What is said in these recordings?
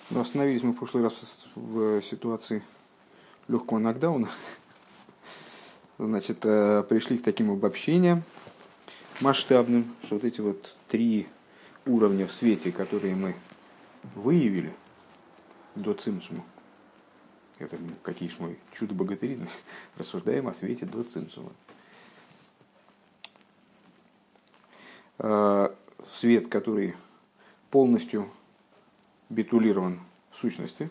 Но остановились мы в прошлый раз в ситуации легкого нокдауна. Значит, пришли к таким обобщениям масштабным, что вот эти вот 3 уровня в свете, которые мы выявили до цимсума, это какие ж мы чудо-богатыри, рассуждаем о свете до цимсума. Свет, который полностью битулирован в сущности,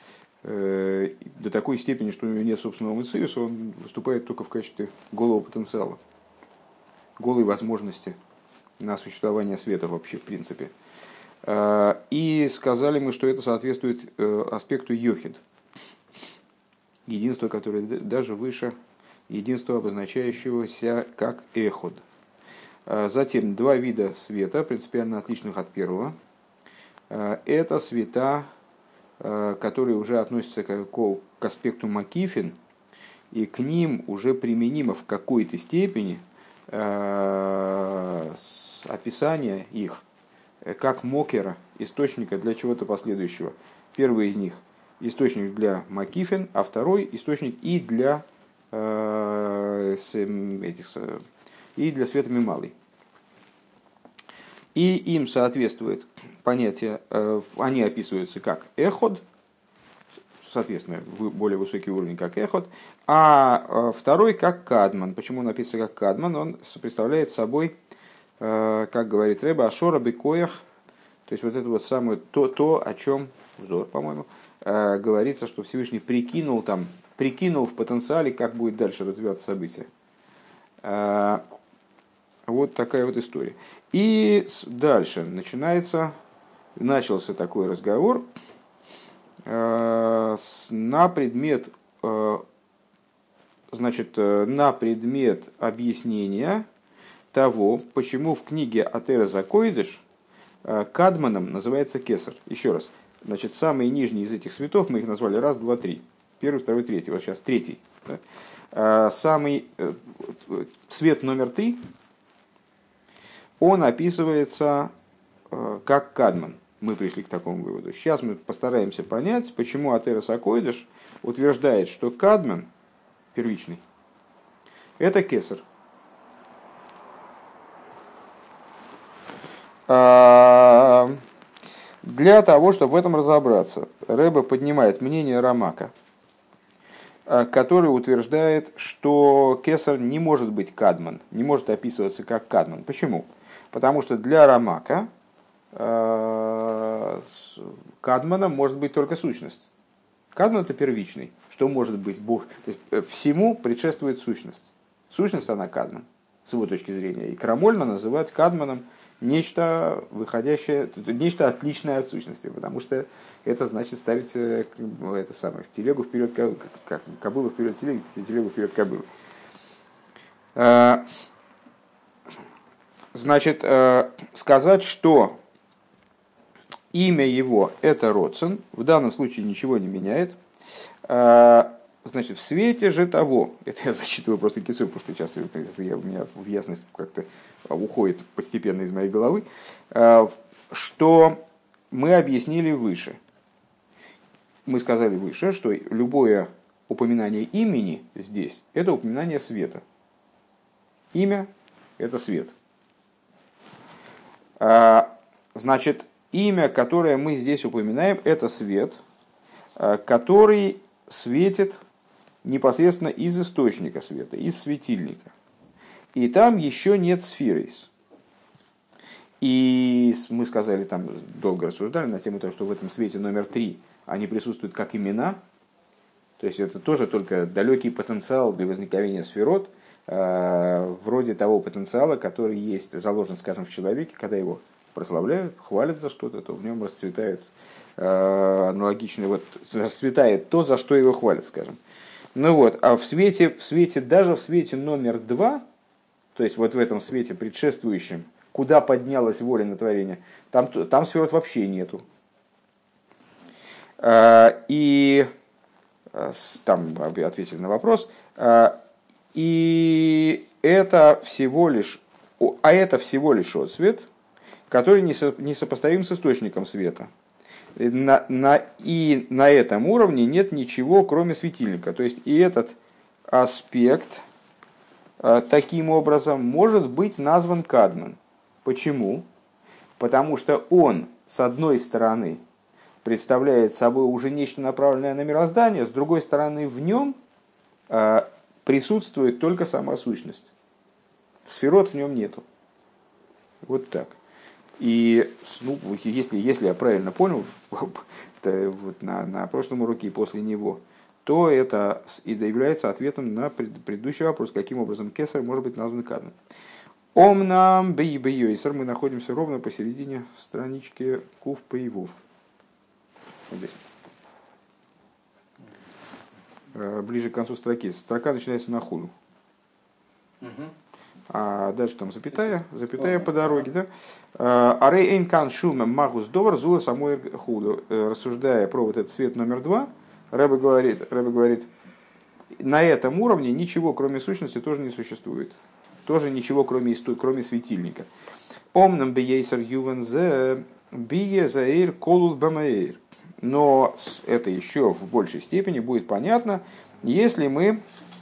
до такой степени, что у него нет собственного мециуса, он выступает только в качестве голого потенциала, голой возможности на существование света вообще в принципе. И сказали мы, что это соответствует аспекту йохид, единство, которое даже выше единства, обозначающегося как эход. Затем 2 вида света, принципиально отличных от первого. Это света, которые уже относятся к аспекту макифин, и к ним уже применимо в какой-то степени описание их как мокера, источника для чего-то последующего. Первый из них – источник для макифин, а второй – источник и для света мималый. И им соответствует понятие, они описываются как эход, соответственно, более высокий уровень как эход, а второй как кадман. Почему он описывается как кадман? Он представляет собой, как говорит Ребе, ашора бекоях, то есть вот это вот самое то, о чем взор, по-моему, говорится, что Всевышний прикинул в потенциале, как будет дальше развиваться событие. Вот такая вот история. И дальше начался такой разговор на предмет объяснения того, почему в книге Атера Закойдыш кадманом называется кесар. Еще раз. Значит, самый нижний из этих цветов, мы их назвали 1, 2, 3. 1, 2, 3. Вот сейчас 3. Да? Самый цвет номер 3, он описывается как кадман. Мы пришли к такому выводу. Сейчас мы постараемся понять, почему Атерес Акойдыш утверждает, что кадман, первичный, это кесар. Для того, чтобы в этом разобраться, Ребе поднимает мнение Рамака, который утверждает, что кесар не может быть кадман, не может описываться как кадман. Почему? Потому что для Рамака кадманом может быть только сущность. Кадман – это первичный. Что может быть Бог? То есть всему предшествует сущность. Сущность, она кадман, с его точки зрения. И крамольно называть кадманом нечто выходящее, нечто отличное от сущности, потому что это значит ставить телегу вперед, как кобылу вперед телеги, телегу вперед кобылы. Значит, сказать, что имя его это Роцен, в данном случае ничего не меняет. Значит, в свете же того, это я зачитываю просто кицур, потому что сейчас у меня в ясность как-то уходит постепенно из моей головы, что мы объяснили выше. Мы сказали выше, что любое упоминание имени здесь – это упоминание света. Имя – это свет. Значит, имя, которое мы здесь упоминаем, это свет, который светит непосредственно из источника света, из светильника. И там еще нет сфирис. И мы сказали, там долго рассуждали на тему того, что в этом свете номер 3 они присутствуют как имена. То есть это тоже только далекий потенциал для возникновения сферот, вроде того потенциала, который есть заложен, скажем, в человеке, когда его прославляют, хвалят за что-то, то в нем расцветают аналогичные, расцветает то, за что его хвалят, скажем. Ну вот, а даже в свете номер 2, то есть вот в этом свете предшествующем, куда поднялась воля на творение, там сферот вообще нету. И там ответили на вопрос. И это всего лишь отцвет, который несопоставим с источником света. И на этом уровне нет ничего, кроме светильника. То есть и этот аспект таким образом может быть назван кадман. Почему? Потому что он, с одной стороны, представляет собой уже нечто направленное на мироздание, с другой стороны, в нем присутствует только сама сущность. Сферот в нем нету. Вот так. И если я правильно понял, вот на прошлом уроке и после него, то это и является ответом на предыдущий вопрос, каким образом кесар может быть назван кадмом. Омнам бейсер, мы находимся ровно посередине странички Кув Пейвов. Вот здесь. Ближе к концу строки. Строка начинается на хулю. А дальше там запятая по дороге. Да? Арей эйнкан шумем магус довар зула самой худу. Рассуждая про вот этот свет номер 2, Рэбе говорит, на этом уровне ничего, кроме сущности, тоже не существует. Тоже ничего, кроме светильника. Омнам бейсер ювензе бие заэйр колут бамаэйр. Но это еще в большей степени будет понятно, если мы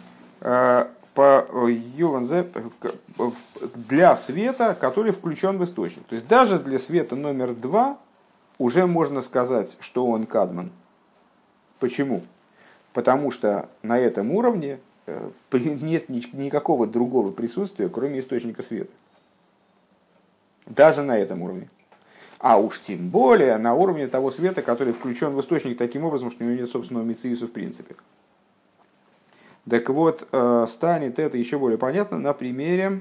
для света, который включен в источник. То есть даже для света номер 2 уже можно сказать, что он кадман. Почему? Потому что на этом уровне нет никакого другого присутствия, кроме источника света. Даже на этом уровне. А уж тем более на уровне того света, который включен в источник таким образом, что у него нет собственного мециуса в принципе. Так вот, станет это еще более понятно на примере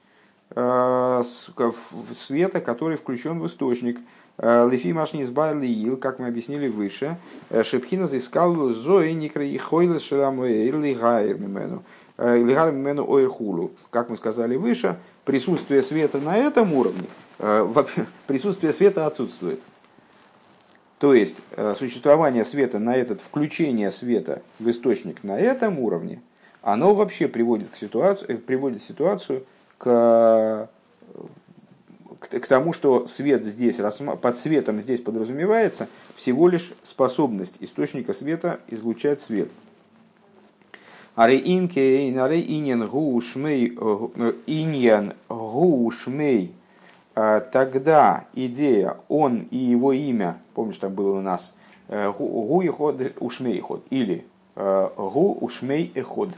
света, который включен в источник. Лефи машни избавил, как мы объяснили выше, шепхина заискал зои никра и хойлес шрамуэ лигайр мимену ойрхулу. Как мы сказали выше, присутствие света на этом уровне, присутствие света отсутствует. То есть существование света на этот, включение света в источник на этом уровне, оно вообще приводит ситуацию к тому, что свет здесь, под светом здесь подразумевается всего лишь способность источника света излучать свет. Тогда идея «он» и его имя, помнишь, там было у нас «гу эход ушмей эход» или «гу ушмей эход».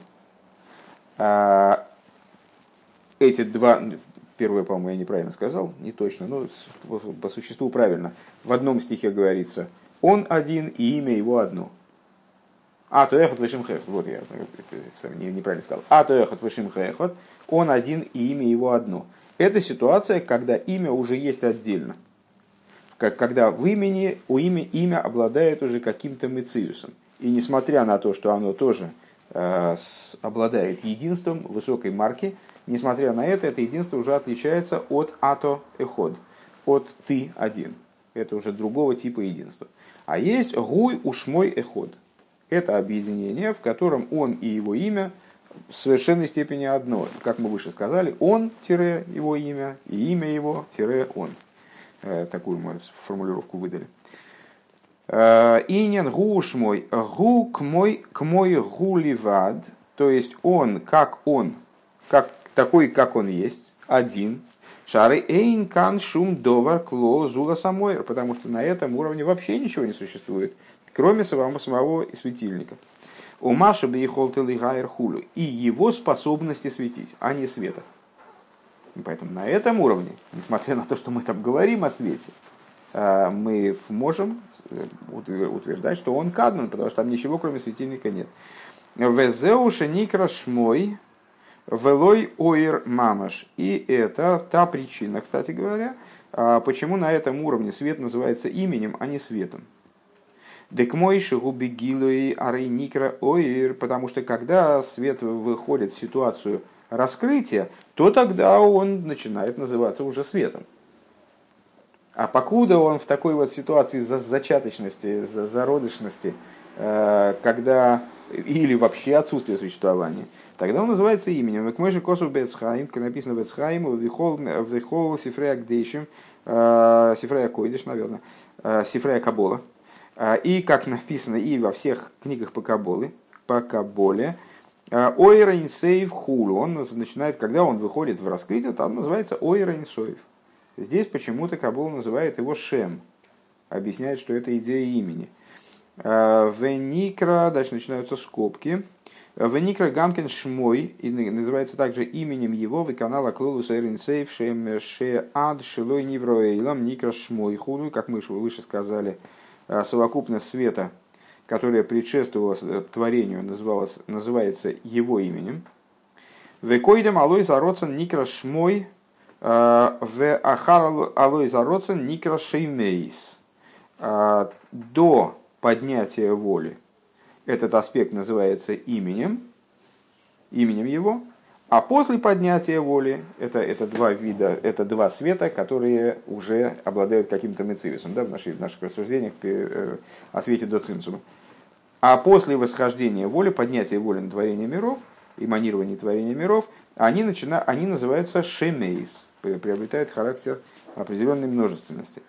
Эти два, первое, по-моему, я неправильно сказал, не точно, но по существу правильно. В одном стихе говорится «он один и имя его одно». А то эхот вышим хэхот, вот я неправильно сказал. А то эхот вышим хэхот, он один и имя его одно. Это ситуация, когда имя уже есть отдельно. Когда в имени, имя обладает уже каким-то мециусом. И несмотря на то, что оно тоже обладает единством высокой марки, несмотря на это единство уже отличается от ато эход, от ты один. Это уже другого типа единства. А есть гуй ушмой эход. Это объединение, в котором он и его имя в совершенной степени одно. Как мы выше сказали, он-его имя и имя его-он. Такую мы формулировку выдали. Инен гуш мой, гу к мой гу ливад. То есть он, как такой, как он есть, один. Шары эйн кан шум довар кло зула самой. Потому что на этом уровне вообще ничего не существует, кроме самого светильника. У Маши бейхолты лигайр хулю. И его способности светить, а не света. И поэтому на этом уровне, несмотря на то, что мы там говорим о свете, мы можем утверждать, что он кадман, потому что там ничего, кроме светильника, нет. Везеуша никра шмой велой оир мамаш. И это та причина, кстати говоря, почему на этом уровне свет называется именем, а не светом. Дек мой шигуби гилуи арей никра оир, потому что когда свет выходит в ситуацию раскрытия, то тогда он начинает называться уже светом. А покуда он в такой вот ситуации зачаточности, зародышности, когда или вообще отсутствие существования, тогда он называется именем. К мой же косу бецхайм, как написано бецхайм, вихол сифрея гдейшим, сифрея койдыш, наверное, Сифрея Кабола. И, как написано и во всех книгах по Каболе, Ойра инсейв хулу, он начинает, когда он выходит в раскрытие, там называется Ойра инсейв. Здесь почему-то Кабола называет его Шем, объясняет, что это идея имени. Веникра, дальше начинаются скобки. Веникра Гамкин Шмой, и называется также именем его, веканала Клолус Ойра инсейв Шем Шеад Шилой Нивроэйлам Никра Шмой хулу, как мы выше сказали, совокупность света, которая предшествовала творению, называется его именем. Векойдем алой зароцен никра шмой, в ахар алой зароцен никра шеймейс. До поднятия воли этот аспект называется именем его, а после поднятия воли это два вида, это два света, которые уже обладают каким-то мецивисом, да, в наших рассуждениях о свете до цинцума. А после восхождения воли, поднятия воли на творение миров, эманирования творения миров, они называются шемейс, приобретают характер определенной множественности.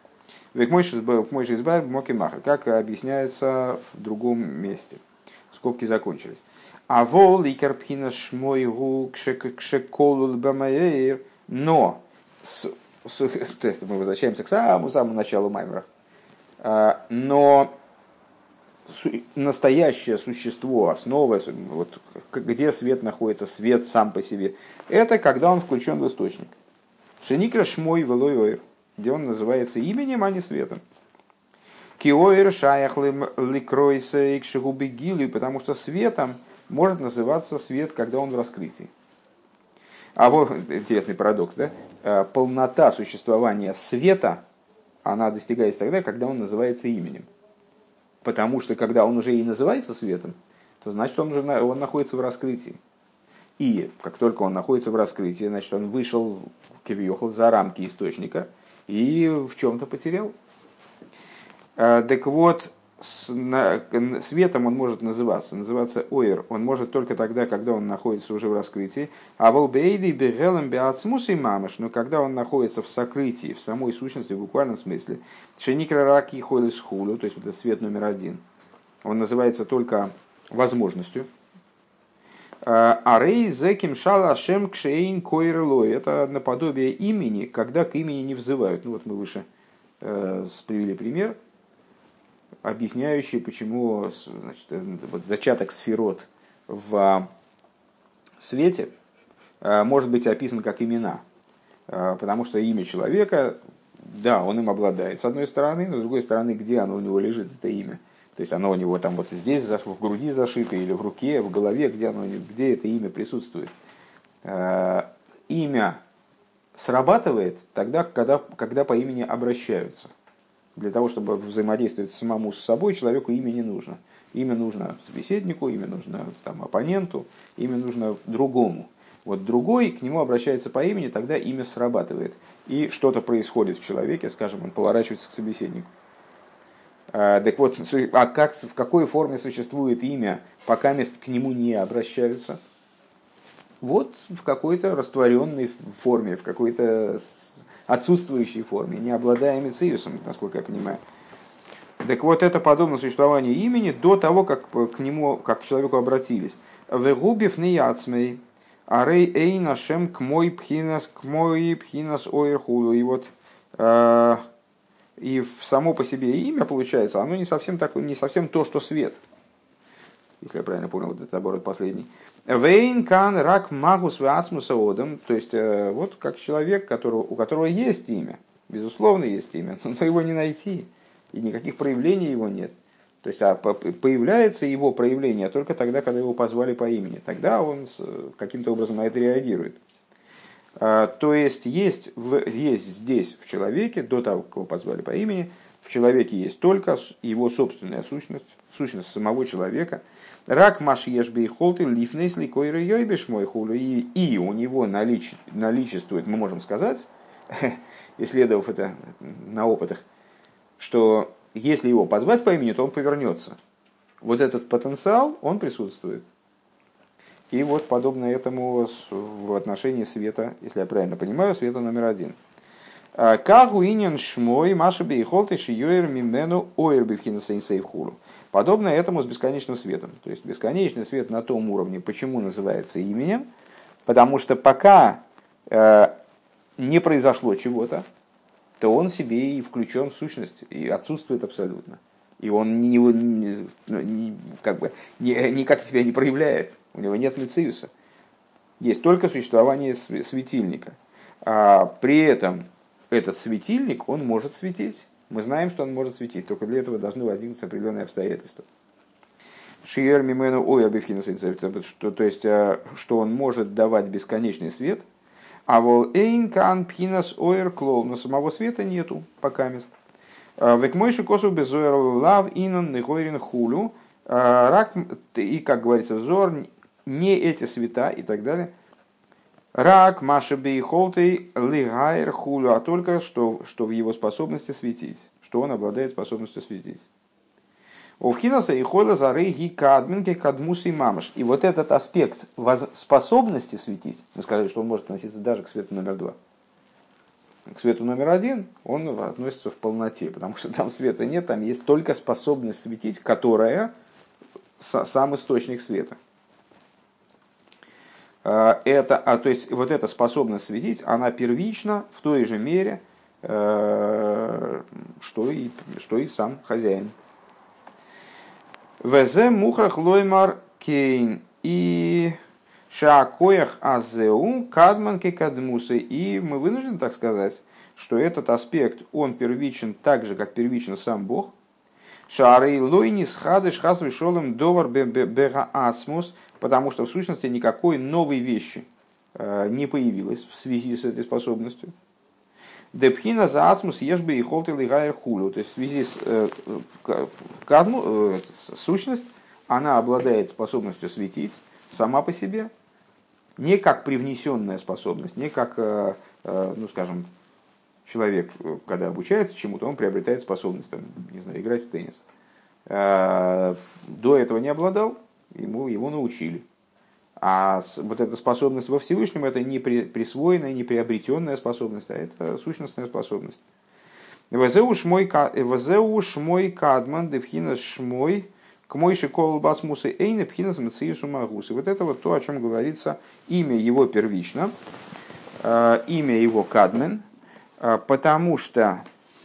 Как объясняется в другом месте. Скобки закончились. А вол и карпхина шмойгу кшеколул бамаэйр, но мы возвращаемся к самому началу Маймера. Но настоящее существо, основа, вот, где свет находится, свет сам по себе, это когда он включен в источник. Шеникра шмой велойойр, где он называется именем, а не светом. Киойр шаях ликройса икшигубигилю, потому что светом может называться свет, когда он в раскрытии. А вот интересный парадокс, да? Полнота существования света, она достигается тогда, когда он называется именем. Потому что когда он уже и называется светом, то значит он находится в раскрытии. И как только он находится в раскрытии, значит он вышел за рамки источника и в чем-то потерял. Так вот, светом он может называться ойр, он может только тогда, когда он находится уже в раскрытии. А волбейди бегелем беацмус и мамаш, но когда он находится в сокрытии, в самой сущности, в буквальном смысле, шеникра раки хойлес хулю, то есть вот этот свет номер один, он называется только возможностью. А рей зеким шал ашем кшейн койрлой, это наподобие имени, когда к имени не взывают. Ну вот мы выше привели пример, объясняющий, почему, значит, вот зачаток сферот в свете может быть описан как имена. Потому что имя человека, да, он им обладает, с одной стороны, но с другой стороны, где оно у него лежит, это имя. То есть оно у него там вот здесь, в груди зашито, или в руке, в голове, где это имя присутствует. Имя срабатывает тогда, когда по имени обращаются. Для того, чтобы взаимодействовать самому с собой, человеку имя не нужно. Имя нужно собеседнику, имя нужно там, оппоненту, имя нужно другому. Вот другой к нему обращается по имени, тогда имя срабатывает. И что-то происходит в человеке, скажем, он поворачивается к собеседнику. Так вот, в какой форме существует имя, пока к нему не обращаются? Вот в какой-то растворенной форме, в какой-то отсутствующей форме, не обладая мециусом, насколько я понимаю. Так вот, это подобно существованию имени до того, как к нему, как к человеку обратились. Вегубив неяцмей, арей эй нашем к мой пхинас ойрхулу. И вот и само по себе имя, получается, оно не совсем то, что свет. Если я правильно понял, вот этот оборот последний. Вейн кан рак магус вацмуса одам, то есть вот как человек, у которого есть имя, безусловно есть имя, но его не найти, и никаких проявлений его нет. То есть появляется его проявление только тогда, когда его позвали по имени, тогда он каким-то образом на это реагирует. То есть есть здесь в человеке, до того, как его позвали по имени, в человеке есть только его собственная сущность самого человека. Рак машьешби и холты лифнесли койры йойбеш мой хулю. И у него наличествует, мы можем сказать, исследовав это на опытах, что если его позвать по имени, то он повернется. Вот этот потенциал, он присутствует. И вот подобно этому в отношении света, если я правильно понимаю, света номер один. Кагу инин шмой маша бейхолты шиёер мимену оэр бифхина сейнсейв хулу. Подобно этому с бесконечным светом. То есть бесконечный свет на том уровне, почему называется именем, потому что пока не произошло чего-то, то он себе и включен в сущность, и отсутствует абсолютно. И он никак себя не проявляет, у него нет мециуса. Есть только существование светильника. А при этом этот светильник, он может светить. Мы знаем, что он может светить, только для этого должны возникнуть определенные обстоятельства. Шиер мимену ой обивхина, то есть, что он может давать бесконечный свет, а вол эйн кан пхинас оэр клоу, но самого света нету пока мест. Век мойши косу безоэр лав инон негойрин хулю, рак, и, как говорится, взор, не эти света и так далее. Рак маша бейхолтей лигайр хулю, а только что в его способности светить, что он обладает способностью светить. Овхинаса и хола зары ги кадминки кадмусы и мамаш. И вот этот аспект способности светить, мы сказали, что он может относиться даже к свету номер 2. К свету номер 1 он относится в полноте, потому что там света нет, там есть только способность светить, которая сам источник света. То есть вот эта способность светить, она первична в той же мере, что и сам хозяин. Везе мухрах лоймар кейн и шаакоях азеу кадманки кадмусы. И мы вынуждены так сказать, что этот аспект, он первичен так же, как первичен сам Бог. Шаарей лойни схадыш хас вишолем довар бега ацмус, потому что в сущности никакой новой вещи не появилось в связи с этой способностью. Депхина за ацмус ешбе и холты лигайр хулю. То есть в связи с сущность, она обладает способностью светить сама по себе, не как привнесенная способность, не как, скажем, человек, когда обучается чему-то, он приобретает способность, там, не знаю, играть в теннис. До этого не обладал, его научили. А вот эта способность во Всевышнем, это не присвоенная, не приобретенная способность, а это сущностная способность. Вазеу шмой кадман девхинас шмой к мойши колбасмусы эйны пхинас мциису магусы. Вот это вот то, о чем говорится, имя его первично, имя его кадмен, потому что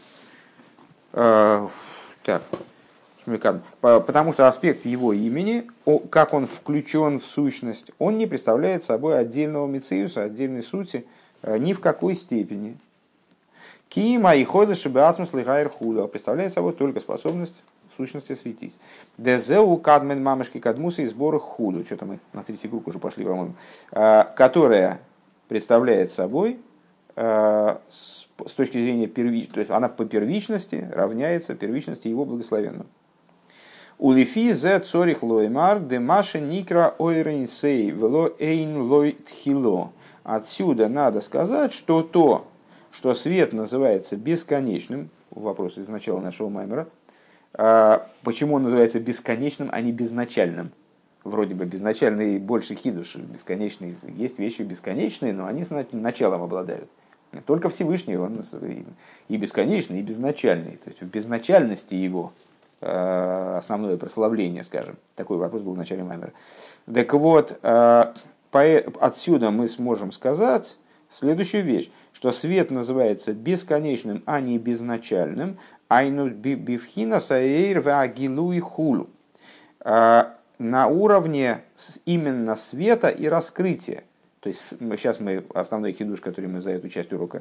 потому что аспект его имени, как он включен в сущность, он не представляет собой отдельного мециуса, отдельной сути ни в какой степени. Кима и хода шибасмус лихайр худа представляет собой только способность в сущности светить. Дезеу кадмен мамышки кадмусы и сборы худу, что-то мы на третий круг уже пошли, по-моему, которая представляет собой с точки зрения первичности, то есть она по первичности равняется первичности его благословенного. Улифи зе цорих лоймар демаши никра ойрейнсей вело эйн лой тхило. Отсюда надо сказать, что то, что свет называется бесконечным, вопрос из начала нашего маймера, почему он называется бесконечным, а не безначальным? Вроде бы безначальный больше хидуш, бесконечный. Есть вещи бесконечные, но они началом обладают. Только Всевышний, он и бесконечный, и безначальный. То есть в безначальности его основное прославление, скажем. Такой вопрос был в начале маймера. Так вот, отсюда мы сможем сказать следующую вещь, что свет называется бесконечным, а не безначальным. Айну бифхина саэйр ваагилу и хулу. На уровне именно света и раскрытия. То есть сейчас мы основной хидуш, который мы за эту часть урока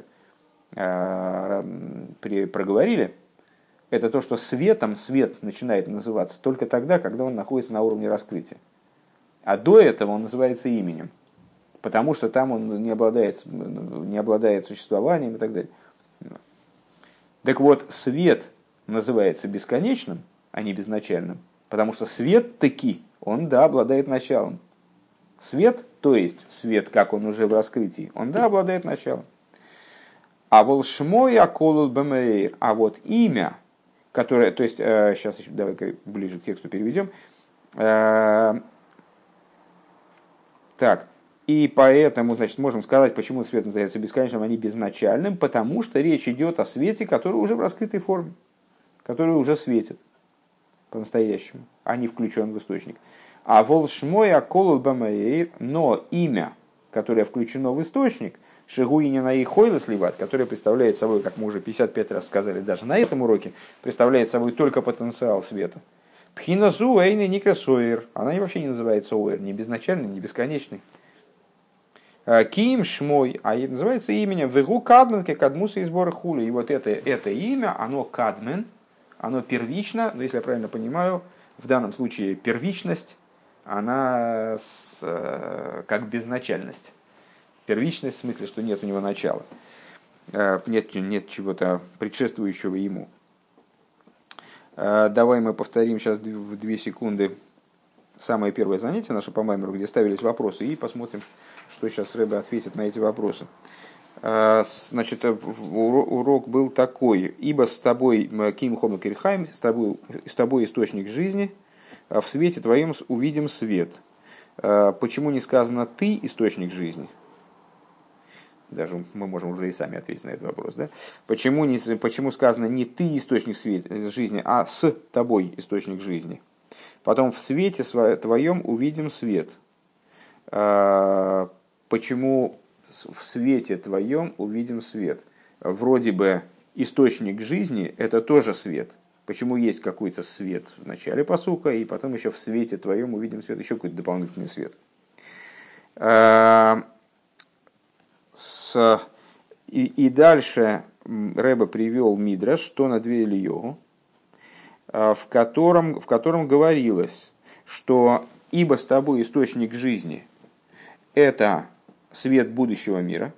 проговорили, это то, что светом свет начинает называться только тогда, когда он находится на уровне раскрытия. А до этого он называется именем, потому что там он не обладает существованием и так далее. Так вот, свет называется бесконечным, а не безначальным, потому что свет таки, он, да, обладает началом. Свет, то есть свет, как он уже в раскрытии, он, да, обладает началом. А волшмой аколул бэмэйр, а имя, которое, то есть, сейчас еще давай ближе к тексту переведем. Так, И поэтому, значит, можем сказать, почему свет называется бесконечным, а не безначальным, потому что речь идет о свете, который уже в раскрытой форме, который уже светит по-настоящему, а не включен в источник. А волшмой аколул бамаэйр, но имя, которое включено в источник, шигуинина и хойла сливат, которое представляет собой, как мы уже 55 раз сказали даже на этом уроке, представляет собой только потенциал света. Пхиназу эйны никрасоир, она вообще не называется оэр, не безначальный, не бесконечный. Ким шмой, а называется именем вегу кадмен, как кадмуса из сбора хули. И вот это имя, оно кадмен, оно первично, но если я правильно понимаю, в данном случае первичность, она как безначальность. Первичность в смысле, что нет у него начала, нет чего-то предшествующего ему. Давай мы повторим сейчас в 2 секунды самое первое занятие наше по Маймеру, где ставились вопросы, и посмотрим, что сейчас Рэбе ответит на эти вопросы. Значит, урок был такой: ибо с тобой Ким Хома Кирхайм, с тобой источник жизни, в свете твоем увидим свет. Почему не сказано ты источник жизни? Даже мы можем уже и сами ответить на этот вопрос. Да? Почему сказано не ты источник жизни, а с тобой источник жизни? Потом в свете твоем увидим свет. Почему в свете твоем увидим свет? Вроде бы источник жизни – это тоже свет. Почему есть какой-то свет в начале пасука, и потом еще в свете твоем увидим свет, еще какой-то дополнительный свет. И дальше Рэбе привел Мидраш, что на две Ильёгу, в котором говорилось, что ибо с тобой источник жизни – это свет будущего мира.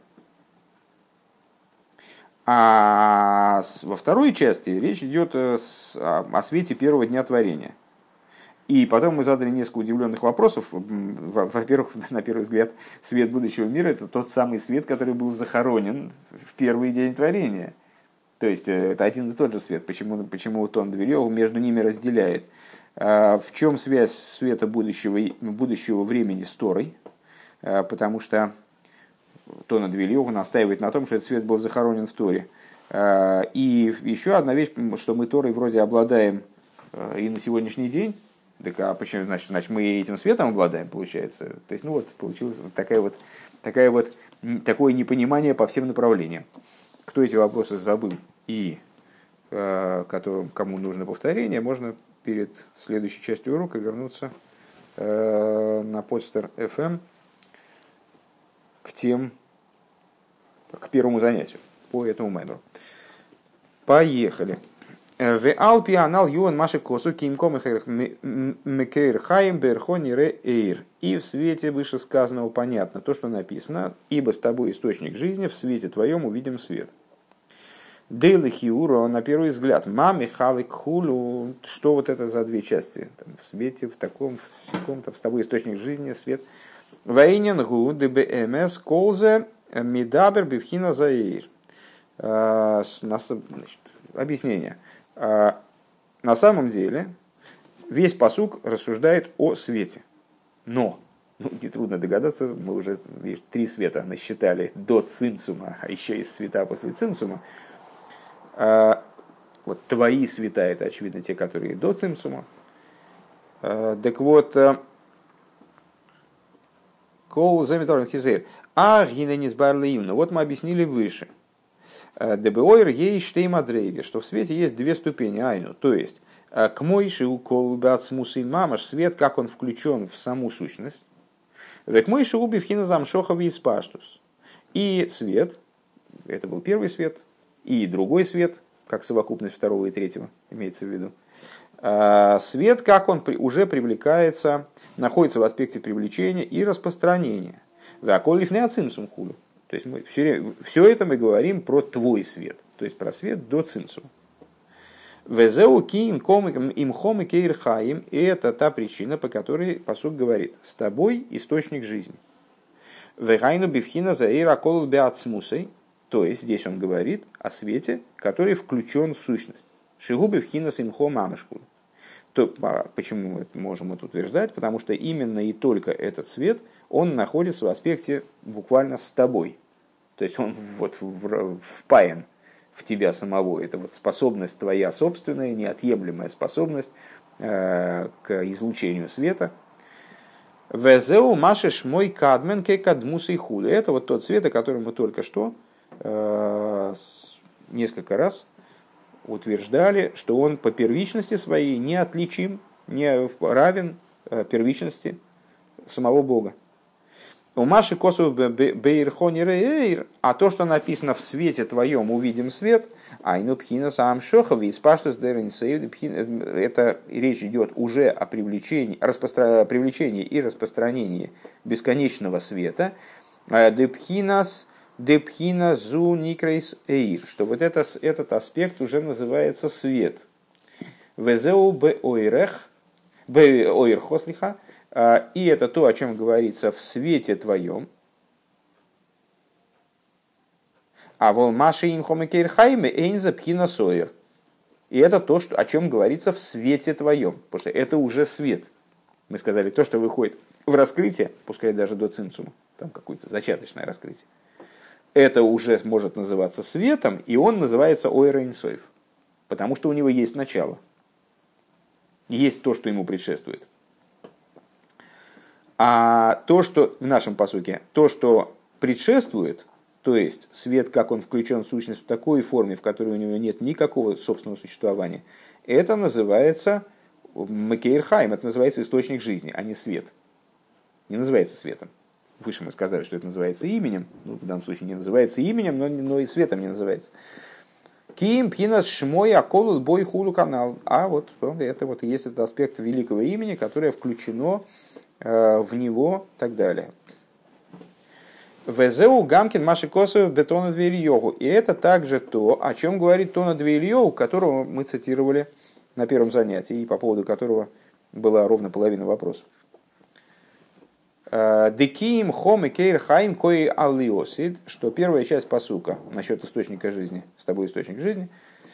А во второй части речь идет о свете первого дня творения. И потом мы задали несколько удивленных вопросов. Во-первых, на первый взгляд, свет будущего мира – это тот самый свет, который был захоронен в первый день творения. То есть это один и тот же свет. Почему вот он Двилёв между ними разделяет? В чем связь света будущего времени с Торой? Потому что Тона Двилёв настаивает на том, что этот свет был захоронен в Торе. И еще одна вещь, что мы Торой вроде обладаем и на сегодняшний день. Так а почему, значит, мы этим светом обладаем, получается? То есть, получилось такое непонимание по всем направлениям. Кто эти вопросы забыл и кому нужно повторение, можно перед следующей частью урока вернуться на подстер FM к первому занятию по этому мемору. Поехали. В Алпи анал юан маши косу кимком мекейр хаим берхони ре эйр. И в свете вышесказанного понятно то, что написано: ибо с тобой источник жизни, в свете твоем увидим свет. Дейли хиуро, на первый взгляд, мами халик хулу. Что вот это за две части? В свете, в секом-то, с тобой источник жизни, свет. Вейнен гу дбмс колзе мидабер бивхина заэйр. Объяснение. На самом деле, весь пасук рассуждает о свете. Но, нетрудно догадаться, мы уже 3 света насчитали до цимсума, а еще есть света после цимсума. Вот твои света, это, очевидно, те, которые до цимсума. Так вот, кол заметорн хизер. А гиненис барлиимна. Вот мы объяснили выше. ДБОР ей штеймадрейги, что в свете есть 2 ступени айну, то есть к мойши у колбацмусы мамаш свет, как он включен в саму сущность, к мойши убив хиназам шохов и спаштус. И свет, это был первый свет, и другой свет, как совокупность второго и третьего, имеется в виду. Свет, как он уже привлекается, находится в аспекте привлечения и распространения. Ваколив не ацимсум хулю. То есть все это мы говорим про твой свет, то есть про свет до цинцума. Везеу киим им хом и кейр хаим, и это та причина, по которой пасук говорит: с тобой источник жизни. Вегайну бифхина заэйр акол беацмусой, то есть здесь он говорит о свете, который включен в сущность. Шигу бифхина симхо мамышку, Почему мы можем это утверждать? Потому что именно и только этот свет, он находится в аспекте буквально с тобой. То есть он вот впаян в тебя самого. Это вот способность твоя собственная, неотъемлемая способность к излучению света. Везеу машеш мой кадмен ке кадмус и худа. Это вот тот свет, о котором мы только что несколько раз утверждали, что он по первичности своей неотличим, не равен первичности самого Бога. У Маши Косов Бейрхони Рейр, а то, что написано в свете твоем, увидим свет, айну пхина сам шохови, спаштус деренсейв, это речь идет уже о привлечении и распространении бесконечного света, депхина зу никрейс эйр, что вот этот аспект уже называется свет. Везеу бе ойр хослиха. И это то, о чем говорится в свете твоем. А волмаши инхомекейрхайме эйнза пхина сойер. И это то, о чем говорится в свете твоем. Потому что это уже свет. Мы сказали, то, что выходит в раскрытие, пускай даже до цинцума, там какое-то зачаточное раскрытие, это уже может называться светом, и он называется ойр эйнсойф. Потому что у него есть начало. Есть то, что ему предшествует. А то, что в нашем пасуке, то, что предшествует, то есть свет, как он включен в сущность в такой форме, в которой у него нет никакого собственного существования, это называется Макейрхайм, это называется источник жизни, а не свет. Не называется светом. Выше мы сказали, что это называется именем, в данном случае не называется именем, но и светом не называется. Ким пхинас шмой аколут бой хулу канал. А вот это вот и есть этот аспект великого имени, которое включено в него и так далее. Везеу гамкин маши косов бетона двильёгу. И это также то, о чем говорит Тона двильёгу, которого мы цитировали на первом занятии, и по поводу которого была ровно половина вопросов. Декиим хом и кейр хайм кои алиосид, что первая часть пасука насчет источника жизни, с тобой источник жизни,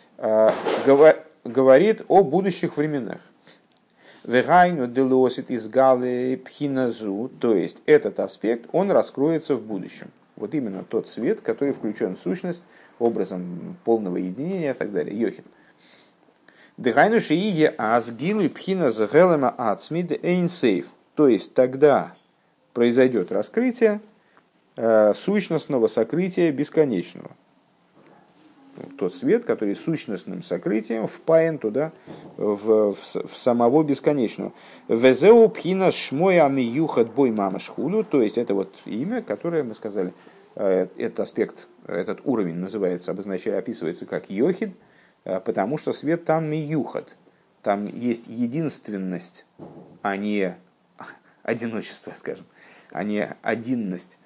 говорит о будущих временах. Вегайну делосит из галы пхиназу, то есть этот аспект, он раскроется в будущем. Вот именно тот свет, который включен в сущность образом полного единения и так далее. Йохин. Дегайну шиие азгилу пхиназ гелема ацмид эйнсейф. То есть тогда произойдет раскрытие сущностного сокрытия бесконечного. Тот свет, который сущностным сокрытием впаян туда, в самого бесконечного. Везеу пхина шмой амиюхат бой мамашхулю, то есть это вот имя, которое мы сказали, этот аспект, этот уровень называется, описывается как йохид, потому что свет там миюхат, там есть единственность, а не одиночество, скажем, а не одинность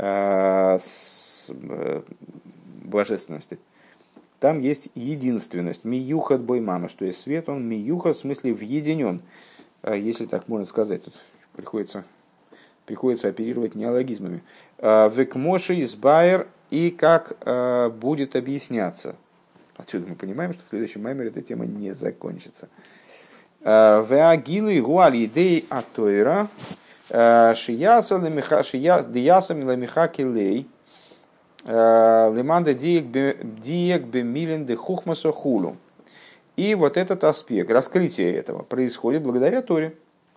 божественности. Там есть единственность, миюхат бой мама, что есть свет, он миюхат, в смысле въединен, если так можно сказать, тут приходится оперировать неологизмами. Векмоши избайер, и как будет объясняться. Отсюда мы понимаем, что в следующем маймере эта тема не закончится. Веагилу и гуаль идей атойра, шияса лемиха килей, леманда диек бемилен де хухмасо хулу. И вот этот аспект, раскрытие этого, происходит благодаря Торе.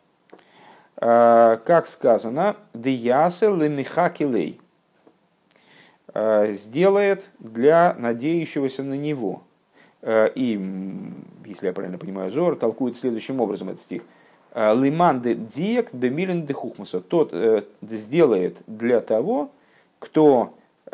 Как сказано, диясе лемиха килей, сделает для надеющегося на него. И, если я правильно понимаю, Зор толкует следующим образом этот стих. Леманде диек бемилен де хухмасо. Тот сделает для того, кто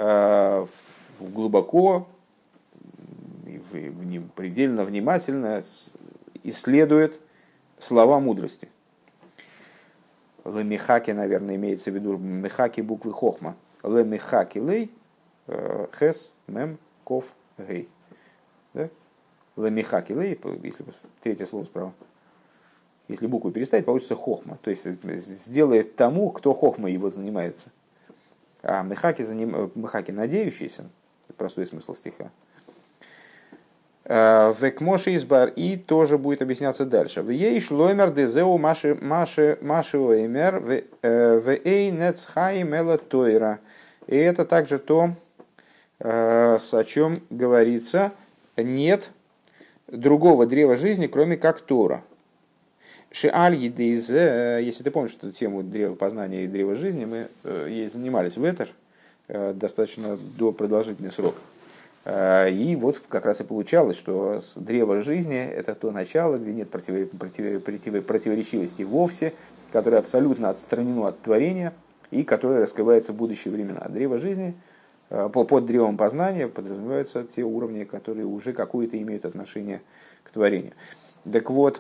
глубоко и предельно внимательно исследует слова мудрости. Лемихаки, наверное, имеется в виду мехаки буквы хохма. Лемихаки лей хес мем ков гей. Лемихаки лей, если третье слово справа. Если букву переставить, получится хохма. То есть сделает тому, кто хохма его занимается. А мехаки надеющийся, простой смысл стиха. Векмоши избар, и тоже будет объясняться дальше. В ей шлоймер дезеу маши оймер в эй нецхай мела тойра. И это также то, о чем говорится, нет другого древа жизни, кроме как Тора. Шиаль едейзе, если ты помнишь эту тему древа познания и древа жизни, мы ей занимались в Этер достаточно продолжительный срок. И вот как раз и получалось, что древо жизни – это то начало, где нет противоречивости вовсе, которое абсолютно отстранено от творения и которое раскрывается в будущие времена. Древо жизни, под древом познания подразумеваются те уровни, которые уже какое-то имеют отношение к творению. Так вот,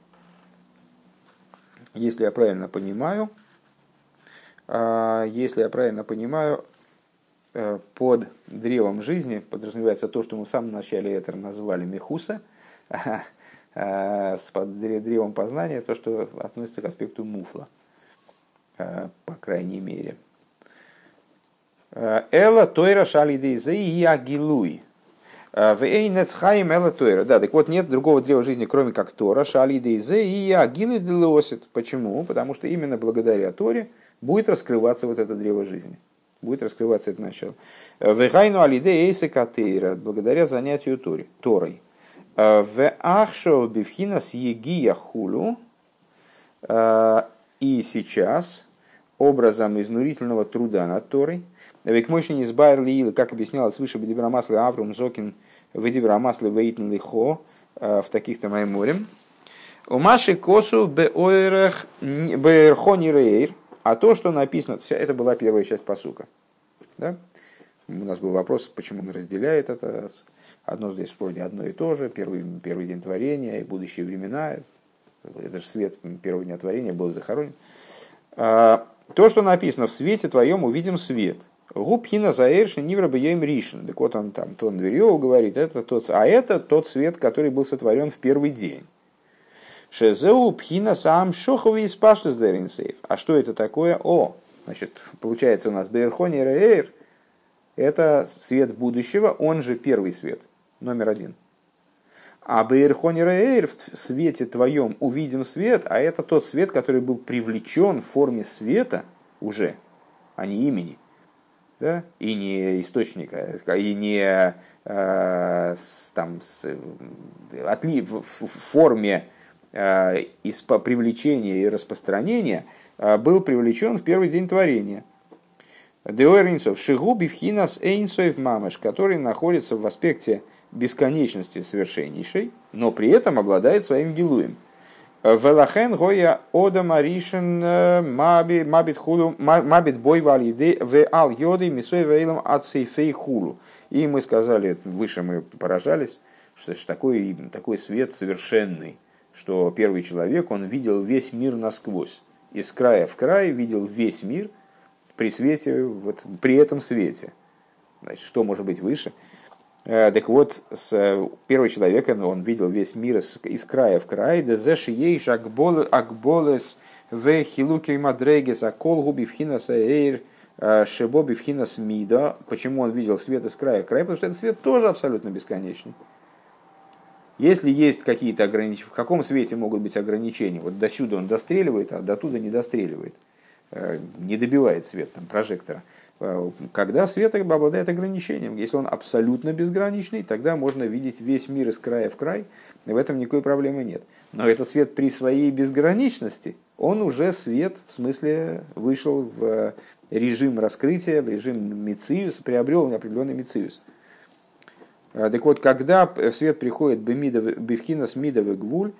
если я правильно понимаю, под древом жизни подразумевается то, что мы в самом начале это назвали Мехуса, под древом познания то, что относится к аспекту Муфла, по крайней мере. Эла тойра шалидейзе и агилуй. Вейнецхайм эла тойра. Да, так вот, нет другого древа жизни, кроме как Тора, шалидейзе и агилуй делосит. Почему? Потому что именно благодаря Торе будет раскрываться вот это древо жизни. Будет раскрываться это начало. Вегайну алиде эйсе катейра, благодаря занятию Торой. В ахшо бифхинас егия хулу. И сейчас образом изнурительного труда над Торой. Век мойши не сбайр лиил, как объяснялось выше, бедибрамаслы Аврум Зокин, выдибрамаслы Вейтн Лихо, в таких-то майморем. У Маши Косу Беэрхони Рейр. А то, что написано, это была первая часть пасука. Да? У нас был вопрос, почему он разделяет это. Одно здесь вроде одно и то же. Первый день творения и будущие времена. Это же свет первого дня творения был захоронен. То, что написано, в свете твоем увидим свет. Губхина заэрши нивра бьем ришен. Так вот он там, Тон Верьев говорит, это тот свет, который был сотворен в первый день. Шезеу пхина сам шохови из паштус деринсейв. А что это такое? Значит, получается у нас Беэрхони Рейр – это свет будущего, он же первый свет, номер один. А Беэрхони Рейр в свете твоем увидим свет, а это тот свет, который был привлечен в форме света уже, а не имени, да? И не источника, и не в форме из привлечения и распространения был привлечен в первый день творения. Деоринцов шигу бифхинас эйнсоев мамаш, который находится в аспекте бесконечности совершеннейшей, но при этом обладает своим гилуем. Велахен гоя ода маришен мабит хулу мабит бой валиде в ал йоды мисой вейлом от сейфей хулу. И мы сказали, выше мы поражались, что это такой свет совершенный, что первый человек, он видел весь мир насквозь. Из края в край видел весь мир при свете, при этом свете. Значит, что может быть выше? Так вот, первый человек, он видел весь мир из края в край. Дезеши ейш акболес в хилуке мадрегес акол губи вхинас эйр шебо бифхинас мида. Почему он видел свет из края в край? Потому что этот свет тоже абсолютно бесконечный. Если есть какие-то ограничения, в каком свете могут быть ограничения? Вот до сюда он достреливает, а до туда не достреливает. Не добивает свет там, прожектора. Когда свет обладает ограничением, если он абсолютно безграничный, тогда можно видеть весь мир из края в край, и в этом никакой проблемы нет. Но этот свет при своей безграничности, он уже свет, в смысле, вышел в режим раскрытия, в режим мециус, приобрел определенный мециус. Так вот, когда свет приходит бифхинас мидовый гвуль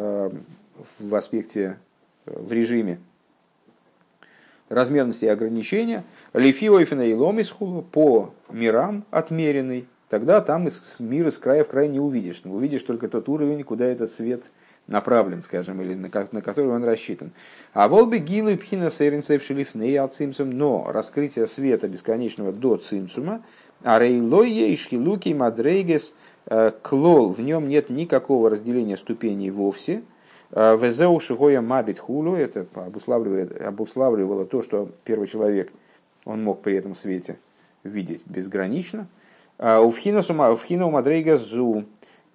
в аспекте, в режиме размерности и ограничения, лифиоифина и ломисхулу по мирам отмеренный, тогда там мир из края в край не увидишь. Увидишь только тот уровень, куда этот свет направлен, скажем, или на который он рассчитан. А волби гилу и пхина сейринсейв шелифней от цимсум, но раскрытие света бесконечного до цимсума, а рейлойе и шхилуки мадрейгес клол, в нем нет никакого разделения ступеней вовсе. Везеу шигоя мабит хулу, это обуславливало то, что первый человек, он мог при этом свете видеть безгранично. Увхина у мадрейга зу,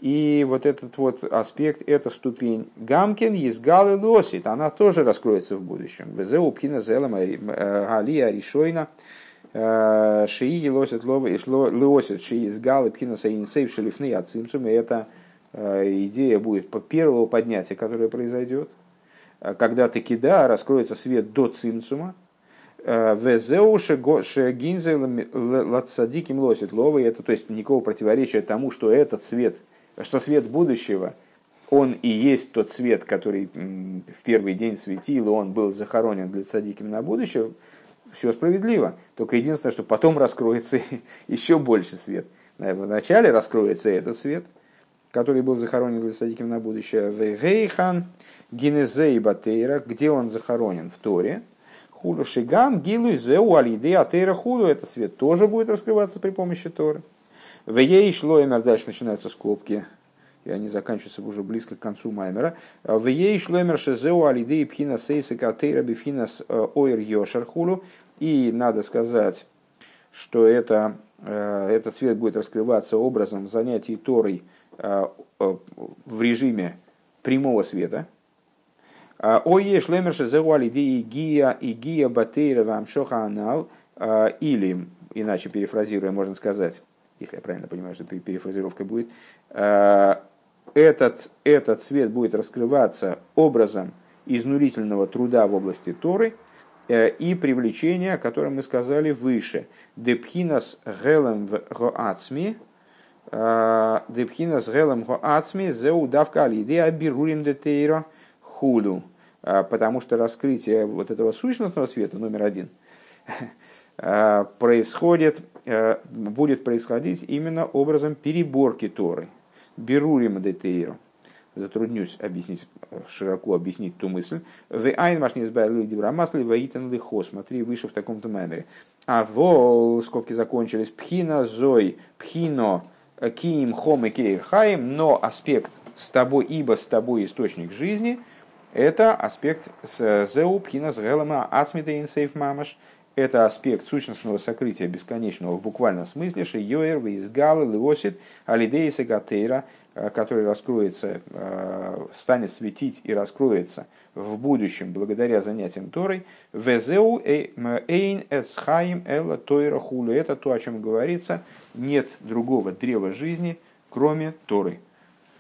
И вот этот вот аспект, эта ступень Гамкин, Езгалы Лосит, она тоже раскроется в будущем. Везеу Пхина Зелама Галия Ришойна Шии Лосит Лосит Шии Езгалы Пхина Саинсейв Шелифны Ацимсум. И эта идея будет по первого поднятия, которое произойдет, когда таки да, раскроется свет до Цимцума. Везеу Шегинзе Лацадиким Лосит Ловы. Это то есть никакого противоречия тому, что этот свет, что свет будущего, он и есть тот свет, который в первый день светил, и он был захоронен для цадиким на будущее, все справедливо. Только единственное, что потом раскроется еще больше свет. Вначале раскроется этот свет, который был захоронен для цадиким на будущее. Вегейхан Гинезей Батейра, где он захоронен в Торе. Хулу Шигам Гилу Зеу Алиде Атейра Хулу, этот свет тоже будет раскрываться при помощи Торы. В ей шло Эмер, дальше начинаются скобки, и они заканчиваются уже близко к концу Маймера. В ей шло Эмер Шезеу Алиды и Пхина Сейса Катейра Бифхинас Ойр Йошархулу. И надо сказать, что этот свет будет раскрываться образом занятий Торой в режиме прямого света. Ой еш лемер Шезеу Алиды и Гия Батейра Вамшоха Анал. Или, иначе перефразируя, можно сказать, если я правильно понимаю, что перефразировка будет, этот свет будет раскрываться образом изнурительного труда в области Торы и привлечения, о котором мы сказали выше. Депхинас гелем гоацми, депхинас гелем гоацми, зеудавка алиде абирурим детейра худу. Потому что раскрытие вот этого сущностного света, номер один, будет происходить именно образом переборки Торы. Берурим детейру. Затруднюсь широко объяснить ту мысль. Смотри выше в таком-то маймере. А вол, скобки закончились, пхина зой, пхино, киим хом и кейр хаим, но аспект с тобой, ибо с тобой источник жизни, это аспект с зеу, пхина с гелама, ацмита инсейф мамаш. Это аспект сущностного сокрытия бесконечного в буквальном смысле, шейоэр, вейзгалы, леосит, алидейса гатейра, который раскроется, станет светить и раскроется в будущем благодаря занятиям Торой. Везеу эйн эсхаим элла тойра хулю. Это то, о чем говорится. Нет другого древа жизни, кроме Торы.